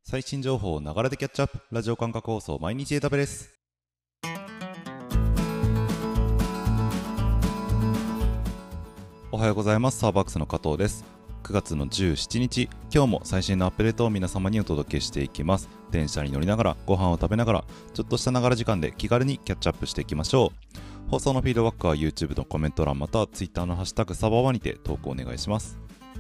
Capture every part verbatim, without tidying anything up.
最新情報をながらでキャッチアップ、ラジオ感覚放送毎日エタベです。おはようございます。サーバックスの加藤です。くがつのじゅうしちにち、今日も最新のアップデートを皆様にお届けしていきます。電車に乗りながら、ご飯を食べながら、ちょっとしたながら時間で気軽にキャッチアップしていきましょう。放送のフィードバックは YouTube のコメント欄または Twitter のハッシュタグサバワにて投稿お願いします。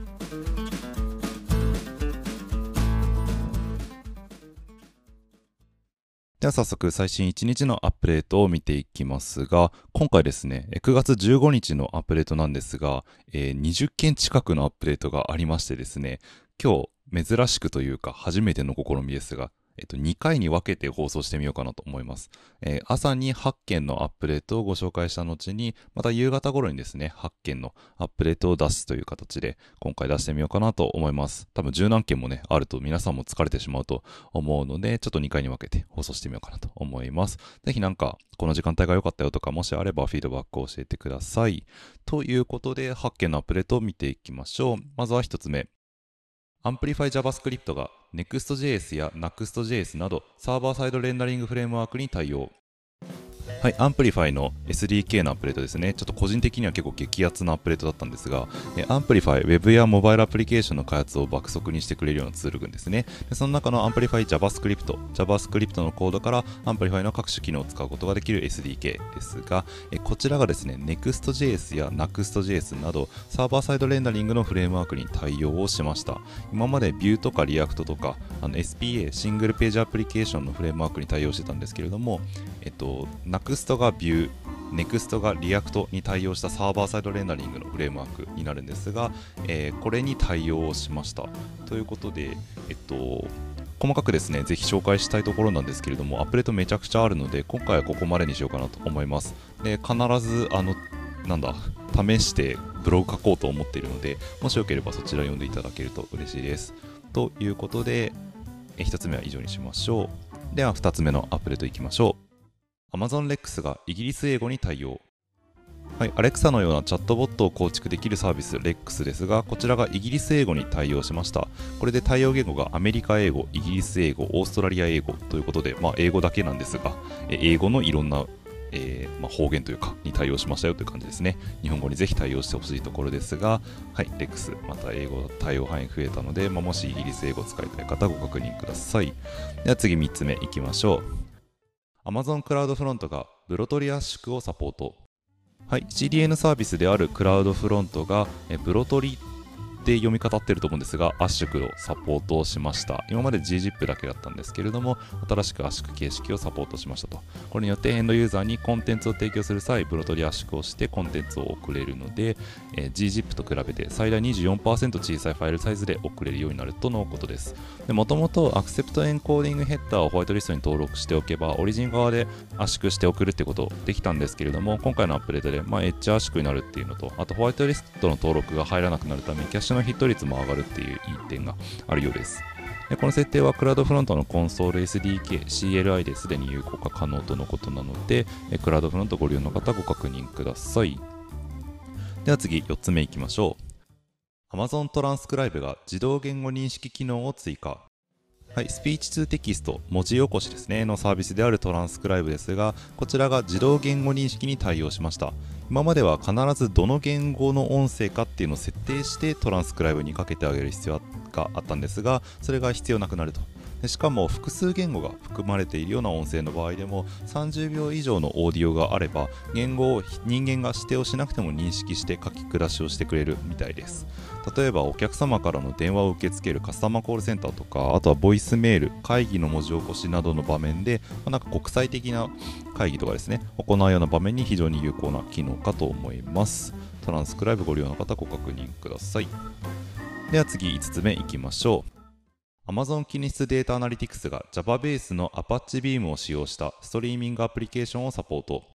では早速最新いちにちのアップデートを見ていきますが、今回ですね、くがつじゅうごにちのアップデートなんですが、えー、にじゅっけん近くのアップデートがありましてですね、今日珍しくというか初めての試みですが、えっと、にかいに分けて放送してみようかなと思います。えー、朝にはっけんのアップデートをご紹介した後に、また夕方頃にですね、はっけんのアップデートを出すという形で、今回出してみようかなと思います。多分十何件もね、あると皆さんも疲れてしまうと思うので、ちょっとにかいに分けて放送してみようかなと思います。ぜひなんか、この時間帯が良かったよとか、もしあればフィードバックを教えてください。ということで、はっけんのアップデートを見ていきましょう。まずはひとつめ。アンプリファイ JavaScript が Next.js や Next.js などサーバーサイドレンダリングフレームワークに対応。はい、アンプリファイの エスディーケー のアップデートですね。ちょっと個人的には結構激アツなアップデートだったんですが、アンプリファイ Web やモバイルアプリケーションの開発を爆速にしてくれるようなツール群ですね。でその中のアンプリファイ JavaScript、JavaScript のコードからアンプリファイの各種機能を使うことができる エスディーケー ですが、こちらがですね、Next.js や Next.js などサーバーサイドレンダリングのフレームワークに対応をしました。今まで Vue とか React とかあの エスピーエー、シングルページアプリケーションのフレームワークに対応してたんですけれども、えっと、Next が Vue、Next が React に対応したサーバーサイドレンダリングのフレームワークになるんですが、えー、これに対応しました。ということで、えっと、細かくですね、ぜひ紹介したいところなんですけれども、アップデートめちゃくちゃあるので、今回はここまでにしようかなと思います。で、必ず、あの、なんだ、試してブログ書こうと思っているので、もしよければそちら読んでいただけると嬉しいです。ということで、えひとつめは以上にしましょう。ではふたつめのアップデートいきましょう。Amazon Lex がイギリス英語に対応。はい、Alexa のようなチャットボットを構築できるサービス Lex ですが、こちらがイギリス英語に対応しました。これで対応言語がアメリカ英語、イギリス英語、オーストラリア英語ということで、まあ、英語だけなんですが、英語のいろんな、えーまあ、方言というかに対応しましたよという感じですね。日本語にぜひ対応してほしいところですが、はい、Lex また英語対応範囲増えたので、まあ、もしイギリス英語を使いたい方はご確認ください。では次みっつめいきましょう。Amazon クラウドフロントがブロトリ圧縮をサポート。はい、シーディーエヌ サービスであるクラウドフロントがえブロトリで読み方ってると思うんですが、圧縮をサポートをしました。今まで ジージップ だけだったんですけれども、新しく圧縮形式をサポートしましたと。これによってエンドユーザーにコンテンツを提供する際、ブロトリ圧縮をしてコンテンツを送れるので、えー、ジージップ と比べて最大 にじゅうよんパーセント 小さいファイルサイズで送れるようになるとのことです。もともとアクセプトエンコーディングヘッダーをホワイトリストに登録しておけば、オリジン側で圧縮して送るってことできたんですけれども、今回のアップデートで、まあ、エッジ圧縮になるっていうのと、あとホワイトリストの登録が入らなくなるため、キャッシュのヒット率も上がるっていういい点があるようです。でこの設定はクラウドフロントのコンソール エスディーケー、シーエルアイ ですでに有効化可能とのことなので、クラウドフロントご利用の方ご確認ください。では次よっつめいきましょう。 Amazon トランスクライブが自動言語認識機能を追加。はい、スピーチツーテキスト、文字起こしですねのサービスであるトランスクライブですが、こちらが自動言語認識に対応しました。今までは必ずどの言語の音声かっていうのを設定してトランスクライブにかけてあげる必要があったんですが、それが必要なくなると。でしかも複数言語が含まれているような音声の場合でもさんじゅうびょう以上のオーディオがあれば言語を人間が指定をしなくても認識して書き下しをしてくれるみたいです。例えばお客様からの電話を受け付けるカスタマーコールセンターとか、あとはボイスメール、会議の文字起こしなどの場面で、まあ、なんか国際的な会議とかですね行うような場面に非常に有効な機能かと思います。トランスクライブご利用の方ご確認ください。では次いつつめいきましょう。Amazon 機能データアナリティクスが Java ベースの Apache Beam を使用したストリーミングアプリケーションをサポート。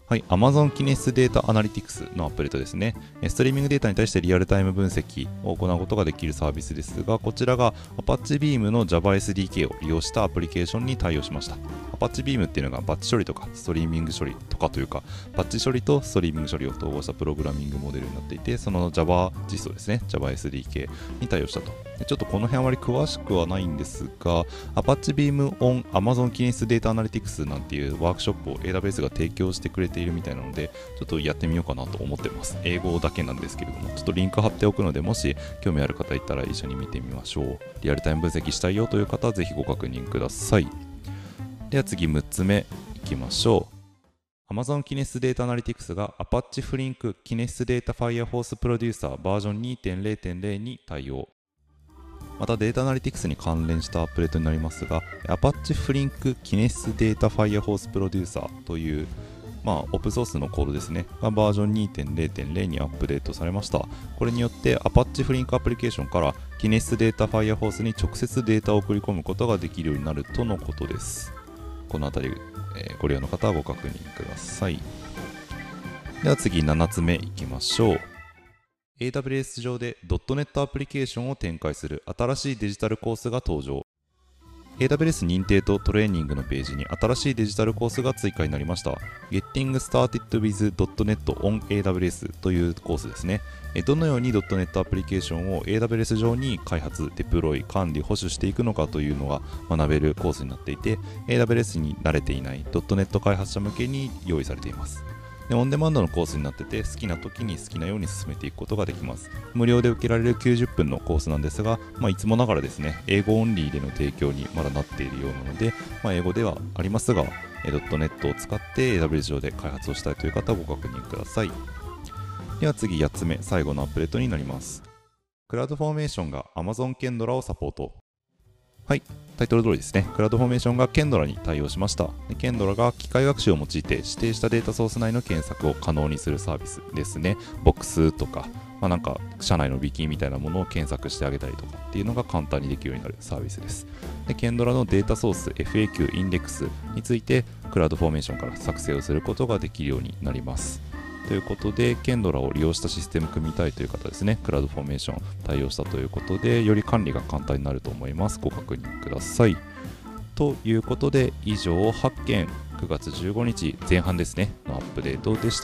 はい、Amazon Kinesis Data Analytics のアップデートですね。ストリーミングデータに対してリアルタイム分析を行うことができるサービスですが、こちらが Apache Beam の Java エスディーケー を利用したアプリケーションに対応しました。Apache Beam っていうのがバッチ処理とかストリーミング処理とかというか、バッチ処理とストリーミング処理を統合したプログラミングモデルになっていて、その Java 実装ですね、Java エスディーケー に対応したと。ちょっとこの辺あまり詳しくはないんですが、Apache Beam on Amazon Kinesis Data Analytics なんていうワークショップを エーダブリューエス が提供してくれているみたいなので、ちょっとやってみようかなと思ってます。英語だけなんですけれども、ちょっとリンク貼っておくので、もし興味ある方いたら一緒に見てみましょう。リアルタイム分析したいよという方はぜひご確認ください。では次むっつめいきましょう。Amazon Kinesis Data Analytics が Apache Flink Kinesis Data Firehose Producer バージョン にてんれいてんれい に対応。またデータアナリティクスに関連したアップデートになりますが、Apache Flink Kinesis Data Firehose Producer という、まあ、オープンソースのコードですね、がバージョン にてんれいてんれい にアップデートされました。これによって Apache Flink アプリケーションから Kinesis Data Firehose に直接データを送り込むことができるようになるとのことです。このあたり、えー、ご利用の方はご確認ください。では次ななつめいきましょう。エーダブリューエス 上で ドットネット アプリケーションを展開する新しいデジタルコースが登場。エーダブリューエス 認定とトレーニングのページに新しいデジタルコースが追加になりました。Getting Started with ドットネット on エーダブリューエス というコースですね。どのように ドットネット アプリケーションを エーダブリューエス 上に開発、デプロイ、管理、保守していくのかというのが学べるコースになっていて、エーダブリューエス に慣れていない ドットネット 開発者向けに用意されています。でオンデマンドのコースになってて、好きな時に好きなように進めていくことができます。無料で受けられるきゅうじゅっぷんのコースなんですが、まあ、いつもながらですね、英語オンリーでの提供にまだなっているようなので、まあ、英語ではありますが、ドットネット を使って エーダブリューエス 上で開発をしたいという方はご確認ください。では次やっつめ、最後のアップデートになります。クラウドフォーメーションが Amazon Kendra をサポート。はい、タイトル通りですね。クラウドフォーメーションが Kendra に対応しました。Kendra が機械学習を用いて指定したデータソース内の検索を可能にするサービスですね。ボックスとか、まあ、なんか社内のビキみたいなものを検索してあげたりとかっていうのが簡単にできるようになるサービスです。で、Kendra のデータソース エフエーキュー インデックスについてクラウドフォーメーションから作成をすることができるようになります。ということで、Kendra を利用したシステム組みたいという方ですね、クラウドフォーメーション対応したということで、より管理が簡単になると思います。ご確認ください。ということで、以上はっけん、くがつじゅうごにちぜん半ですね、のアップデートでした。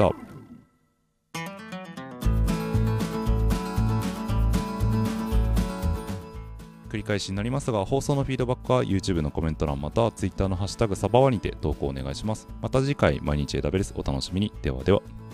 繰り返しになりますが、放送のフィードバックは YouTube のコメント欄または Twitter のハッシュタグサバワにて投稿お願いします。また次回、毎日 エーダブリューエス お楽しみに。ではでは。